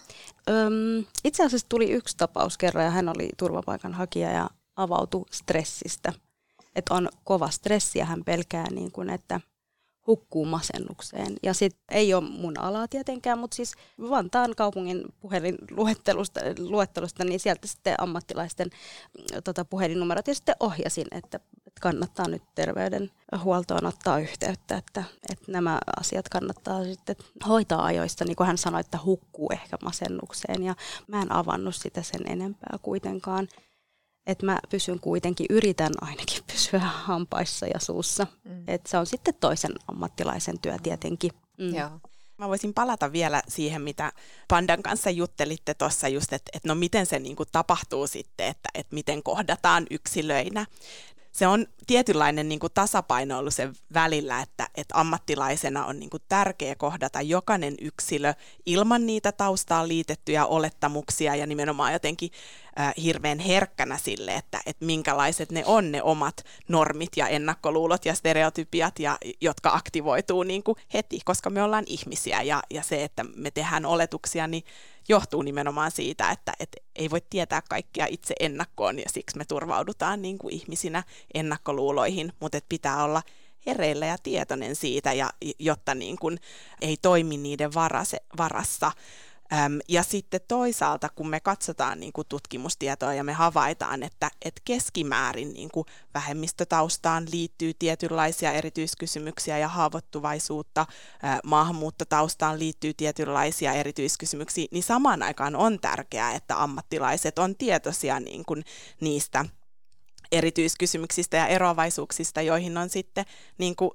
Öm, itse asiassa tuli yksi tapaus kerran ja hän oli turvapaikanhakija ja avautui stressistä. Että on kova stressi ja hän pelkää niin kuin, että hukkuu masennukseen. Ja sitten ei ole mun alaa tietenkään, mutta siis Vantaan kaupungin puhelinluettelusta, luettelusta, niin sieltä sitten ammattilaisten tota, puhelinnumerot ja sitten ohjasin, että, että kannattaa nyt terveydenhuoltoon ottaa yhteyttä, että, että nämä asiat kannattaa sitten hoitaa ajoista, niin kuin hän sanoi, että hukkuu ehkä masennukseen ja mä en avannut sitä sen enempää kuitenkaan. Että mä pysyn kuitenkin, yritän ainakin pysyä hampaissa ja suussa. Mm. Että se on sitten toisen ammattilaisen työ tietenkin. Mm. Joo. Mä voisin palata vielä siihen, mitä Pandan kanssa juttelitte tuossa just, että, että no miten se niinku tapahtuu sitten, että, että miten kohdataan yksilöinä. Se on tietynlainen niin kuin tasapainoilu sen välillä, että, että ammattilaisena on niin kuin tärkeä kohdata jokainen yksilö ilman niitä taustaan liitettyjä olettamuksia ja nimenomaan jotenkin äh, hirveän herkkänä sille, että, että minkälaiset ne on ne omat normit ja ennakkoluulot ja stereotypiat, ja, jotka aktivoituu niin kuin heti, koska me ollaan ihmisiä ja, ja se, että me tehdään oletuksia, niin johtuu nimenomaan siitä, että, että ei voi tietää kaikkia itse ennakkoon ja siksi me turvaudutaan niin kuin ihmisinä ennakkoluuloihin, mutta että pitää olla hereillä ja tietoinen siitä, ja, jotta niin kuin ei toimi niiden varase, varassa. Äm, ja sitten toisaalta, kun me katsotaan niin kuin tutkimustietoa ja me havaitaan, että, että keskimäärin niin kuin vähemmistötaustaan liittyy tietynlaisia erityiskysymyksiä ja haavoittuvaisuutta, ää, maahanmuuttotaustaan liittyy tietynlaisia erityiskysymyksiä, niin samaan aikaan on tärkeää, että ammattilaiset on tietoisia niin kuin niistä erityiskysymyksistä ja eroavaisuuksista, joihin on sitten niin kuin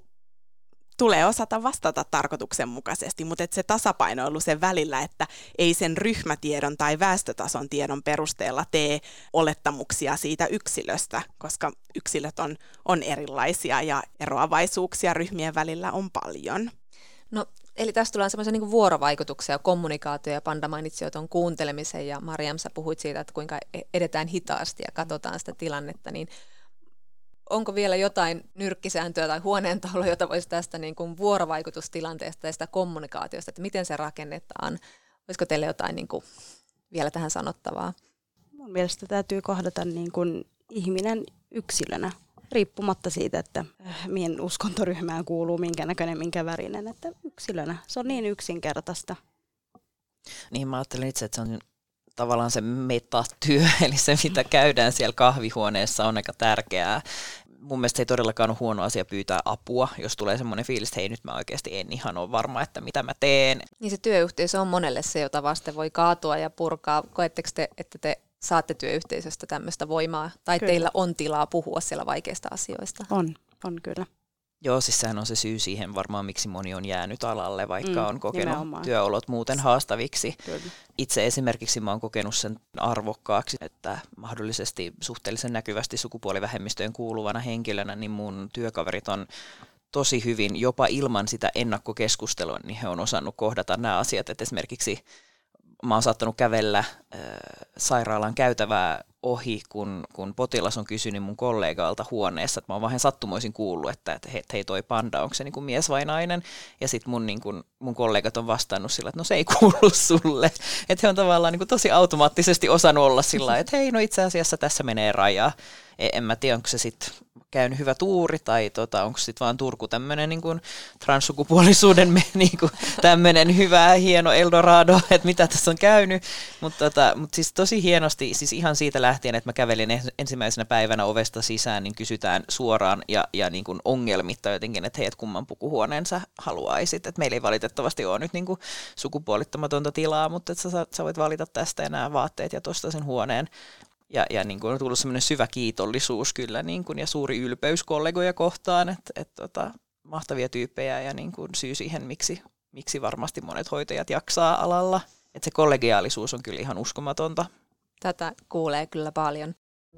tulee osata vastata tarkoituksenmukaisesti, mutta että se tasapainoilu sen välillä, että ei sen ryhmätiedon tai väestötason tiedon perusteella tee olettamuksia siitä yksilöstä, koska yksilöt on, on erilaisia ja eroavaisuuksia ryhmien välillä on paljon. No, eli tästä tullaan semmoisia niin kuin vuorovaikutuksia, kommunikaatio, ja Panda mainitsi jo tuon kuuntelemisen, ja Mariam, sä puhuit siitä, että kuinka edetään hitaasti ja katsotaan sitä tilannetta, niin onko vielä jotain nyrkkisääntöä tai huoneentaulua, jota voisi tästä niin kuin vuorovaikutustilanteesta ja sitä kommunikaatiosta, että miten se rakennetaan? Olisiko teille jotain niin kuin vielä tähän sanottavaa? Mun mielestä täytyy kohdata niin kuin ihminen yksilönä, riippumatta siitä, että mihin uskontoryhmään kuuluu, minkä näköinen, minkä värinen, että yksilönä. Se on niin yksinkertaista. Niin mä ajattelin itse, että se on tavallaan se metatyö, eli se mitä käydään siellä kahvihuoneessa on aika tärkeää. Mun mielestä se ei todellakaan ole huono asia pyytää apua, jos tulee semmoinen fiilis, että hei, nyt mä oikeasti en ihan ole varma, että mitä mä teen. Niin se työyhteisö on monelle se, jota vasten voi kaatua ja purkaa. Koetteko te, että te saatte työyhteisöstä tämmöistä voimaa, tai kyllä, teillä on tilaa puhua siellä vaikeista asioista? On, on kyllä. Joo, siis sehän on se syy siihen varmaan, miksi moni on jäänyt alalle, vaikka mm, on kokenut nimenomaan työolot muuten haastaviksi. Kyllä. Itse esimerkiksi mä oon kokenut sen arvokkaaksi, että mahdollisesti suhteellisen näkyvästi sukupuolivähemmistöön kuuluvana henkilönä, niin mun työkaverit on tosi hyvin, jopa ilman sitä ennakkokeskustelua, niin he on osannut kohdata nämä asiat. Että esimerkiksi mä oon saattanut kävellä äh, sairaalan käytävää ohi, kun, kun potilas on kysynyt mun kollegalta huoneessa, että mä oon vähän sattumoisin kuullut, että, että hei, hei toi Panda, onko se niin kuin mies vai nainen? Ja sitten mun, niin kuin, mun kollegat on vastannut sillä, että no se ei kuulu sulle. Että he on tavallaan niin kuin tosi automaattisesti osannut olla sillä, että hei, no itse asiassa tässä menee rajaa. En mä tiedä, onko se sitten käynyt hyvä tuuri, tai tota, onko sitten vaan Turku tämmöinen niin kuin transsukupuolisuuden me, niin kuin tämmöinen hyvä, hieno Eldorado, että mitä tässä on käynyt. Mutta tota, mut siis tosi hienosti, siis ihan siitä lähtien, että mä kävelin ensimmäisenä päivänä ovesta sisään, niin kysytään suoraan ja, ja niin kuin ongelmitta jotenkin, että hei, et kumman pukuhuoneensa haluaisit. Et meillä ei valitettavasti ole nyt niin kuin sukupuolittamatonta tilaa, mutta et sä, sä voit valita tästä ja nämä vaatteet ja tuosta sen huoneen. Ja, ja niin kuin on tullut semmoinen syvä kiitollisuus kyllä niin kuin, ja suuri ylpeys kollegoja kohtaan, että et, tota, mahtavia tyyppejä ja niin kuin syy siihen, miksi, miksi varmasti monet hoitajat jaksaa alalla. Että se kollegiaalisuus on kyllä ihan uskomatonta. Tätä kuulee kyllä paljon.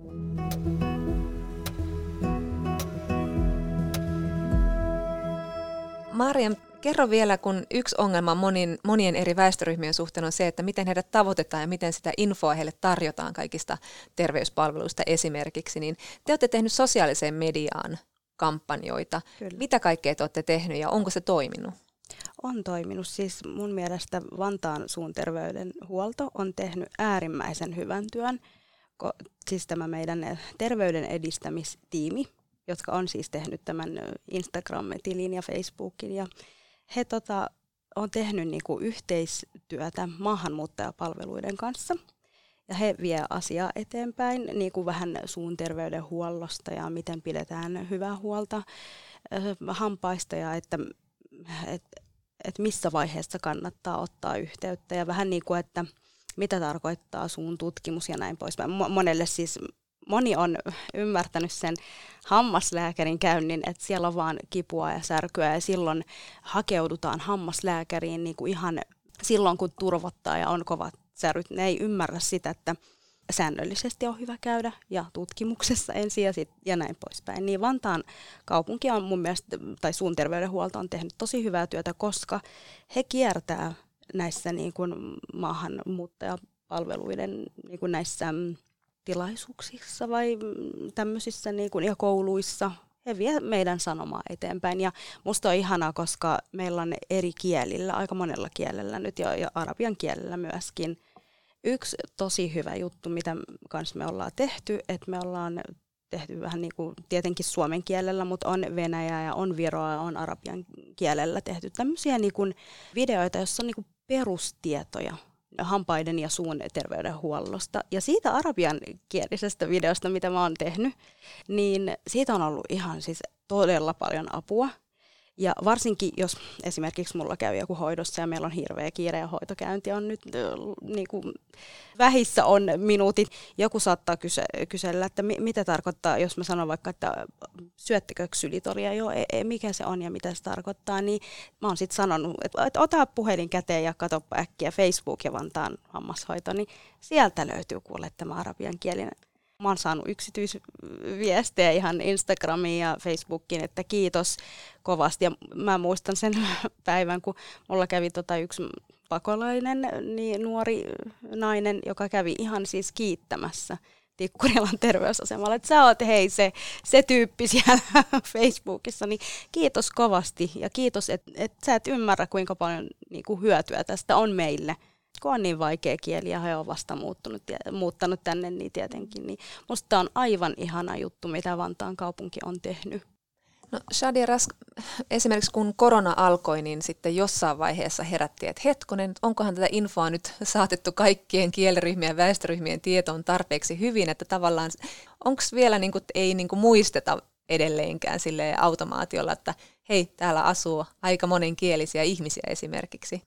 Marjan, kerro vielä, kun yksi ongelma monin, monien eri väestöryhmien suhteen on se, että miten heidät tavoitetaan ja miten sitä infoa heille tarjotaan kaikista terveyspalveluista esimerkiksi, niin te olette tehnyt sosiaaliseen mediaan kampanjoita. Kyllä. Mitä kaikkea te olette tehnyt ja onko se toiminut? On toiminut. Siis mun mielestä Vantaan suun terveydenhuolto on tehnyt äärimmäisen hyvän työn. Siis tämä meidän terveyden edistämistiimi, jotka on siis tehnyt tämän Instagram-tilin ja Facebookin. Ja he tota, on tehnyt niinku yhteistyötä maahanmuuttajapalveluiden kanssa. Ja he vie asiaa eteenpäin niinku vähän suun terveydenhuollosta ja miten pidetään hyvää huolta äh, hampaista ja että et, et missä vaiheessa kannattaa ottaa yhteyttä. Ja vähän niin kuin, että mitä tarkoittaa suun tutkimus ja näin poispäin. Monelle siis... Moni on ymmärtänyt sen hammaslääkärin käynnin, että siellä on vaan kipua ja särkyä ja silloin hakeudutaan hammaslääkäriin niin kuin ihan silloin, kun turvottaa ja on kovat säryt. Ne ei ymmärrä sitä, että säännöllisesti on hyvä käydä ja tutkimuksessa ensin ja, sit, ja näin poispäin. Niin Vantaan kaupunki on mun mielestä, tai suun terveydenhuolto on tehnyt tosi hyvää työtä, koska he kiertää näissä niin kuin maahanmuuttajapalveluiden niin kuin näissä tilaisuuksissa vai tämmöisissä niin kuin, ja kouluissa. He vie meidän sanomaa eteenpäin ja musta on ihanaa, koska meillä on eri kielillä, aika monella kielellä nyt ja, ja arabian kielellä myöskin. Yksi tosi hyvä juttu, mitä kanssa me ollaan tehty, että me ollaan tehty vähän niin kuin tietenkin suomen kielellä, mutta on venäjää ja on viroa ja on arabian kielellä tehty tämmöisiä niin kuin videoita, joissa on niin kuin perustietoja hampaiden ja suun terveydenhuollosta. Ja siitä arabiankielisestä videosta, mitä mä oon tehnyt, niin siitä on ollut ihan siis todella paljon apua. Ja varsinkin, jos esimerkiksi mulla käy joku hoidossa ja meillä on hirveä kiire ja hoitokäynti on nyt niin kuin vähissä on minuutit. Joku saattaa kyse- kysellä, että mi- mitä tarkoittaa, jos mä sanon vaikka, että syöttekö ksylitoria, joo, e- e- mikä se on ja mitä se tarkoittaa, niin mä oon sitten sanonut, että, että ota puhelin käteen ja katsoppa äkkiä Facebook ja Vantaan hammashoito, niin sieltä löytyy kuule tämä arabiankielinen. Mä oon saanut yksityisviestejä ihan Instagramiin ja Facebookiin, että kiitos kovasti. Ja mä muistan sen päivän, kun mulla kävi tota yksi pakolainen, niin nuori nainen, joka kävi ihan siis kiittämässä Tikkurilan terveysasemalla, että sä oot hei se, se tyyppi siellä Facebookissa, niin kiitos kovasti ja kiitos, että et sä et ymmärrä kuinka paljon niinku hyötyä tästä on meille. Kun on niin vaikea kieli ja he on vasta muuttunut, muuttanut tänne, niin tietenkin. Niin musta tämä on aivan ihana juttu, mitä Vantaan kaupunki on tehnyt. No Shadia Rask, esimerkiksi kun korona alkoi, niin sitten jossain vaiheessa herättiin, että hetkonen, onkohan tätä infoa nyt saatettu kaikkien kieliryhmien ja väestöryhmien tietoon tarpeeksi hyvin, että tavallaan onko vielä niin kuin, ei niin kuin muisteta edelleenkään silleen automaatiolla, että hei, täällä asuu aika monenkielisiä ihmisiä esimerkiksi.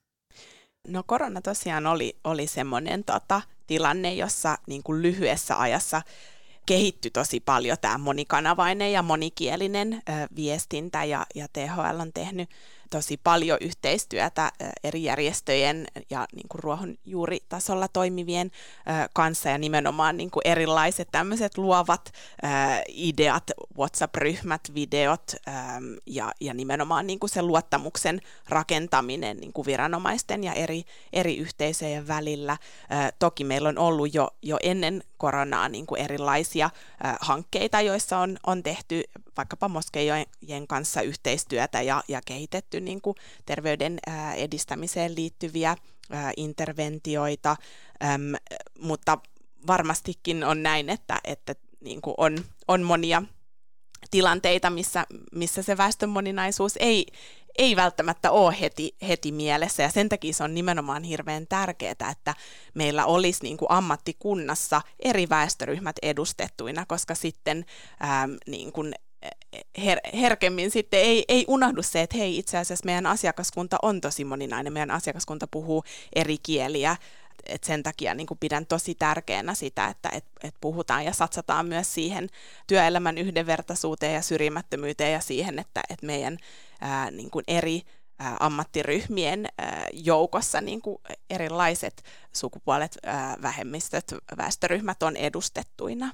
No korona tosiaan oli, oli semmoinen tota, tilanne, jossa niin kuin lyhyessä ajassa kehittyi tosi paljon tämä monikanavainen ja monikielinen ö, viestintä ja, ja T H L on tehnyt tosi paljon yhteistyötä ö, eri järjestöjen ja niin kuin ruohonjuuritasolla toimivien ö, kanssa ja nimenomaan niin kuin erilaiset tämmöiset luovat ö, ideat, WhatsApp-ryhmät, videot ö, ja, ja nimenomaan niin kuin se luottamuksen rakentaminen niin kuin viranomaisten ja eri, eri yhteisöjen välillä. Ö, toki meillä on ollut jo, jo ennen koronaa niin kuin erilaisia ö, hankkeita, joissa on, on tehty vaikkapa moskeijojen kanssa yhteistyötä ja, ja kehitetty niin kuin terveyden ää, edistämiseen liittyviä ää, interventioita, äm, mutta varmastikin on näin, että, että niin kuin on, on monia tilanteita, missä, missä se väestön moninaisuus ei, ei välttämättä ole heti, heti mielessä, ja sen takia se on nimenomaan hirveän tärkeää, että meillä olisi niin kuin ammattikunnassa eri väestöryhmät edustettuina, koska sitten äm, niin kuin her- herkemmin sitten ei, ei unohdu se, että hei, itse asiassa meidän asiakaskunta on tosi moninainen, meidän asiakaskunta puhuu eri kieliä, et sen takia niin kuin pidän tosi tärkeänä sitä, että et, et puhutaan ja satsataan myös siihen työelämän yhdenvertaisuuteen ja syrjimättömyyteen ja siihen, että et meidän ää, niin kuin eri ää, ammattiryhmien ää, joukossa niin kuin erilaiset sukupuolet, ää, vähemmistöt, väestöryhmät on edustettuina.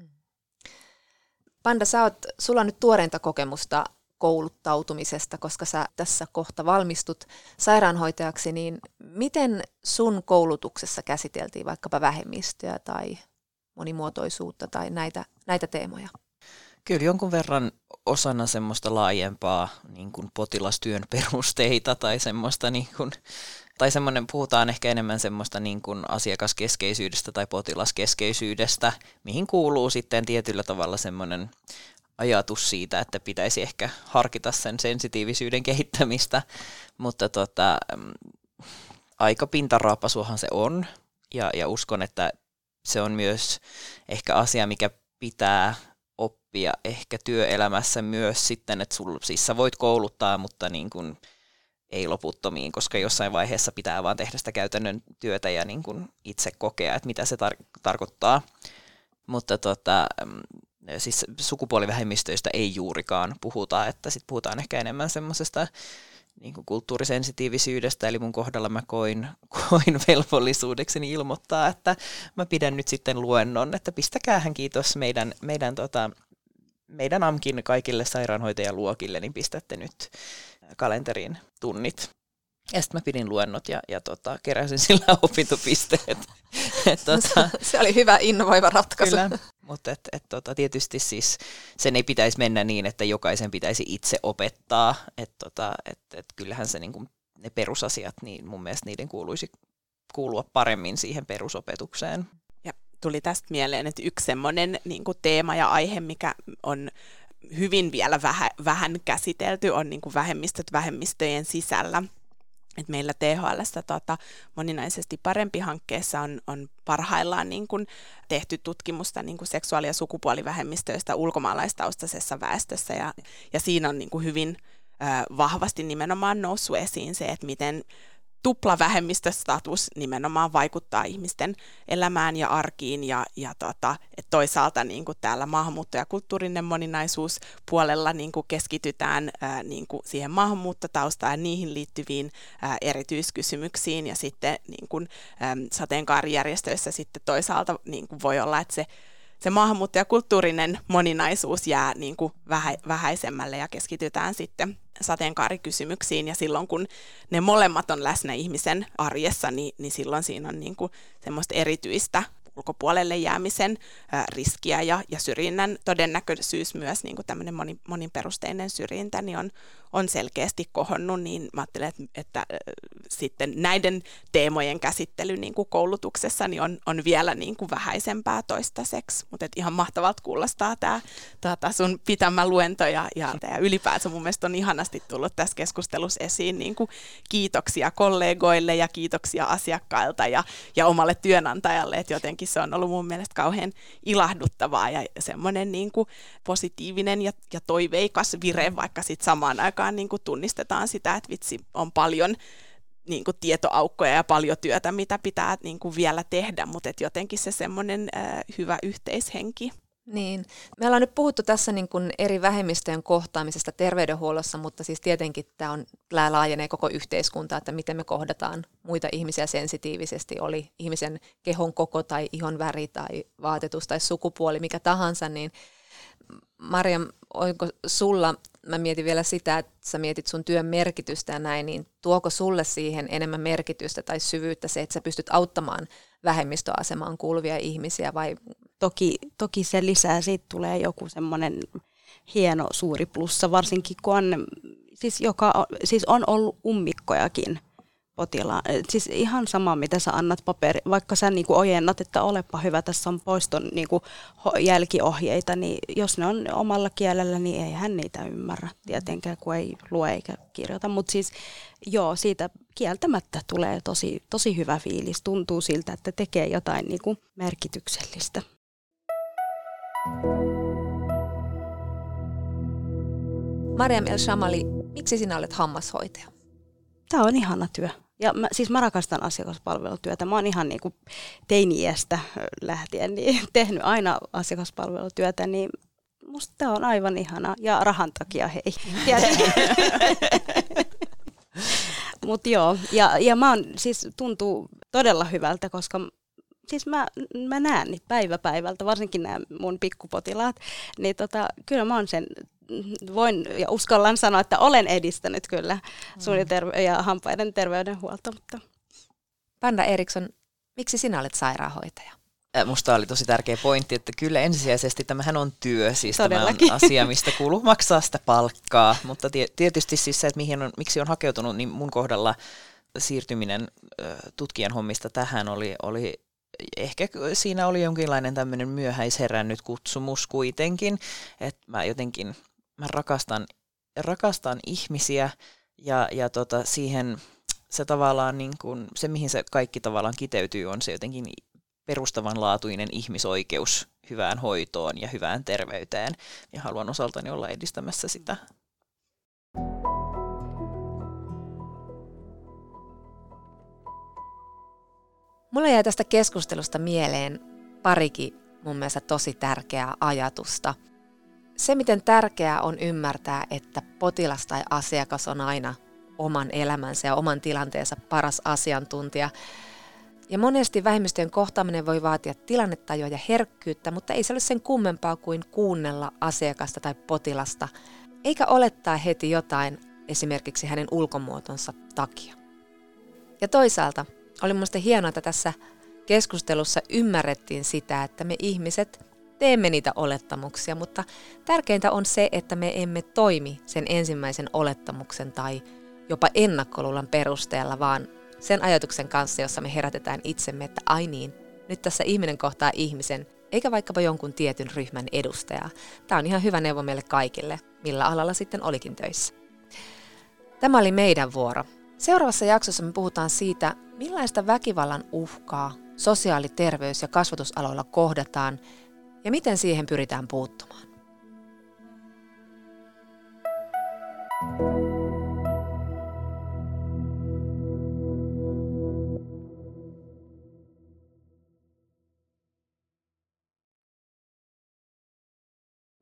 Panda, sä oot, sulla on nyt tuoreinta kokemusta kouluttautumisesta, koska sä tässä kohta valmistut sairaanhoitajaksi, niin miten sun koulutuksessa käsiteltiin vaikkapa vähemmistöä tai monimuotoisuutta tai näitä, näitä teemoja? Kyllä jonkun verran osana semmoista laajempaa niin kuin potilastyön perusteita tai semmoista, niin kuin, tai semmoinen, puhutaan ehkä enemmän semmoista niin kuin asiakaskeskeisyydestä tai potilaskeskeisyydestä, mihin kuuluu sitten tietyllä tavalla semmoinen ajatus siitä, että pitäisi ehkä harkita sen sensitiivisyyden kehittämistä, mutta tota, aika pintaraapasuahan se on, ja, ja uskon, että se on myös ehkä asia, mikä pitää oppia ehkä työelämässä myös sitten, että sul, siis sä voit kouluttaa, mutta niin kuin ei loputtomiin, koska jossain vaiheessa pitää vaan tehdä sitä käytännön työtä ja niin kuin itse kokea, että mitä se tar- tarkoittaa, mutta tota, siis sukupuolivähemmistöistä ei juurikaan puhuta, että sit puhutaan ehkä enemmän semmoisesta niin kuin kulttuurisensitiivisyydestä, eli mun kohdalla mä koin, koin velvollisuudekseni ilmoittaa, että mä pidän nyt sitten luennon, että pistäkäähän kiitos meidän, meidän, tota, meidän A M K:n kaikille sairaanhoitajaluokille, niin pistätte nyt kalenteriin tunnit. Ja sitten mä pidin luennot ja, ja tota, keräsin sillä opintopisteet. et, tota, se oli hyvä innovoiva ratkaisu. Kyllä, mutta et, et, tota, tietysti siis sen ei pitäisi mennä niin, että jokaisen pitäisi itse opettaa. Et, tota, et, et, kyllähän se, niin kun, ne perusasiat, niin mun mielestä niiden kuuluisi kuulua paremmin siihen perusopetukseen. Ja tuli tästä mieleen, että yksi semmoinen niin kuin teema ja aihe, mikä on hyvin vielä vähän, vähän käsitelty, on niin kuin vähemmistöt vähemmistöjen sisällä. Et meillä T H L:ssä tota, moninaisesti parempi hankkeessa on, on parhaillaan niin kun tehty tutkimusta niin kun seksuaali- ja sukupuolivähemmistöistä ulkomaalaistaustaisessa väestössä, ja, ja siinä on niin kun hyvin ö, vahvasti nimenomaan noussut esiin se, että miten tuplavähemmistöstatus nimenomaan vaikuttaa ihmisten elämään ja arkiin, ja, ja tota, et toisaalta niin kuin täällä maahanmuutto- ja kulttuurinen moninaisuus puolella niin kuin keskitytään ää, niin kuin siihen maahanmuuttotaustaan ja niihin liittyviin ää, erityiskysymyksiin, ja sitten niin kuin, ää, sateenkaarijärjestöissä sitten toisaalta niin kuin voi olla, että se Se maahanmuutto- ja kulttuurinen moninaisuus jää niin kuin vähä, vähäisemmälle ja keskitytään sitten sateenkaarikysymyksiin, ja silloin kun ne molemmat on läsnä ihmisen arjessa, niin, niin silloin siinä on niin kuin semmoista erityistä ulkopuolelle jäämisen ää, riskiä ja, ja syrjinnän todennäköisyys myös, niin kuin tämmöinen moni, moniperusteinen syrjintä, niin on, on selkeästi kohonnut, niin mä ajattelen, että, että äh, sitten näiden teemojen käsittely niin kuin koulutuksessa niin on, on vielä niin kuin vähäisempää toistaiseksi, mutta ihan mahtavalta kuulostaa tämä tuota sun pitämä luento, ja, ja, ja ylipäänsä mun mielestä on ihanasti tullut tässä keskustelussa esiin niin kuin kiitoksia kollegoille ja kiitoksia asiakkailta ja, ja omalle työnantajalle, että jotenkin se on ollut mun mielestä kauhean ilahduttavaa ja semmoinen niin kuin positiivinen ja, ja toiveikas vire, vaikka sitten samaan aikaan niin kuin tunnistetaan sitä, että vitsi, on paljon niin kuin tietoaukkoja ja paljon työtä, mitä pitää niin kuin vielä tehdä, mutta et jotenkin se semmoinen äh, hyvä yhteishenki. Niin. Me ollaan nyt puhuttu tässä niin kuin eri vähemmistöjen kohtaamisesta terveydenhuollossa, mutta siis tietenkin tämä, on, tämä laajenee koko yhteiskuntaa, että miten me kohdataan muita ihmisiä sensitiivisesti, oli ihmisen kehon koko tai ihon väri tai vaatetus tai sukupuoli, mikä tahansa, niin Marjam, onko sulla, mä mietin vielä sitä, että sä mietit sun työn merkitystä ja näin, niin tuoko sulle siihen enemmän merkitystä tai syvyyttä se, että sä pystyt auttamaan vähemmistöasemaan kuuluvia ihmisiä vai? Toki, toki se lisää, siitä tulee joku semmoinen hieno suuri plussa, varsinkin kun on, siis joka, siis on ollut ummikkojakin potilaan. Siis ihan sama, mitä sä annat paperi, vaikka sä niinku ojennat, että olepa hyvä, tässä on poiston niinku jälkiohjeita, niin jos ne on omalla kielellä, niin ei hän niitä ymmärrä tietenkään, kun ei lue eikä kirjoita. Mutta siis joo, siitä kieltämättä tulee tosi, tosi hyvä fiilis. Tuntuu siltä, että tekee jotain niinku merkityksellistä. Mariam El-Shamali, miksi sinä olet hammashoitaja? Tämä on ihana työ. Ja mä, siis mä rakastan asiakaspalvelutyötä. Mä oon ihan niin kuin teini-iästä lähtien niin tehnyt aina asiakaspalvelutyötä, niin musta tämä on aivan ihana. Ja rahan takia hei. Mutta joo, ja, ja mä oon, siis tuntuu todella hyvältä, koska siis mä, mä näen niitä päivä päivältä, varsinkin nämä mun pikkupotilaat, niin tota, kyllä mä oon sen, voin ja uskallan sanoa, että olen edistänyt kyllä suun ja, terve- ja hampaiden terveydenhuolto. Mutta. Panda Eriksson, miksi sinä olet sairaanhoitaja? Musta oli tosi tärkeä pointti, että kyllä ensisijaisesti tämähän on työ, siis Todellakin. Tämä on asia, mistä kuuluu maksaa sitä palkkaa, mutta tietysti siis se, että mihin on, miksi on hakeutunut, niin mun kohdalla siirtyminen tutkijan hommista tähän oli, oli ehkä siinä oli jonkinlainen tämmöinen myöhäisherännyt kutsumus kuitenkin, että mä jotenkin, mä rakastan, rakastan ihmisiä ja, ja tota siihen se tavallaan niin kuin, se mihin se kaikki tavallaan kiteytyy on se jotenkin perustavanlaatuinen ihmisoikeus hyvään hoitoon ja hyvään terveyteen ja haluan osaltani olla edistämässä sitä. Mulla jäi tästä keskustelusta mieleen parikin mun mielestä tosi tärkeää ajatusta. Se, miten tärkeää on ymmärtää, että potilas tai asiakas on aina oman elämänsä ja oman tilanteensa paras asiantuntija. Ja monesti vähemmistöjen kohtaaminen voi vaatia tilannetajua ja herkkyyttä, mutta ei se ole sen kummempaa kuin kuunnella asiakasta tai potilasta, eikä olettaa heti jotain esimerkiksi hänen ulkomuotonsa takia. Ja toisaalta oli minusta hienoa, että tässä keskustelussa ymmärrettiin sitä, että me ihmiset teemme niitä olettamuksia, mutta tärkeintä on se, että me emme toimi sen ensimmäisen olettamuksen tai jopa ennakkoluulan perusteella, vaan sen ajatuksen kanssa, jossa me herätetään itsemme, että ai niin, nyt tässä ihminen kohtaa ihmisen, eikä vaikkapa jonkun tietyn ryhmän edustajaa. Tämä on ihan hyvä neuvo meille kaikille, millä alalla sitten olikin töissä. Tämä oli meidän vuoro. Seuraavassa jaksossa me puhutaan siitä, millaista väkivallan uhkaa sosiaali-, terveys- ja kasvatusaloilla kohdataan ja miten siihen pyritään puuttumaan.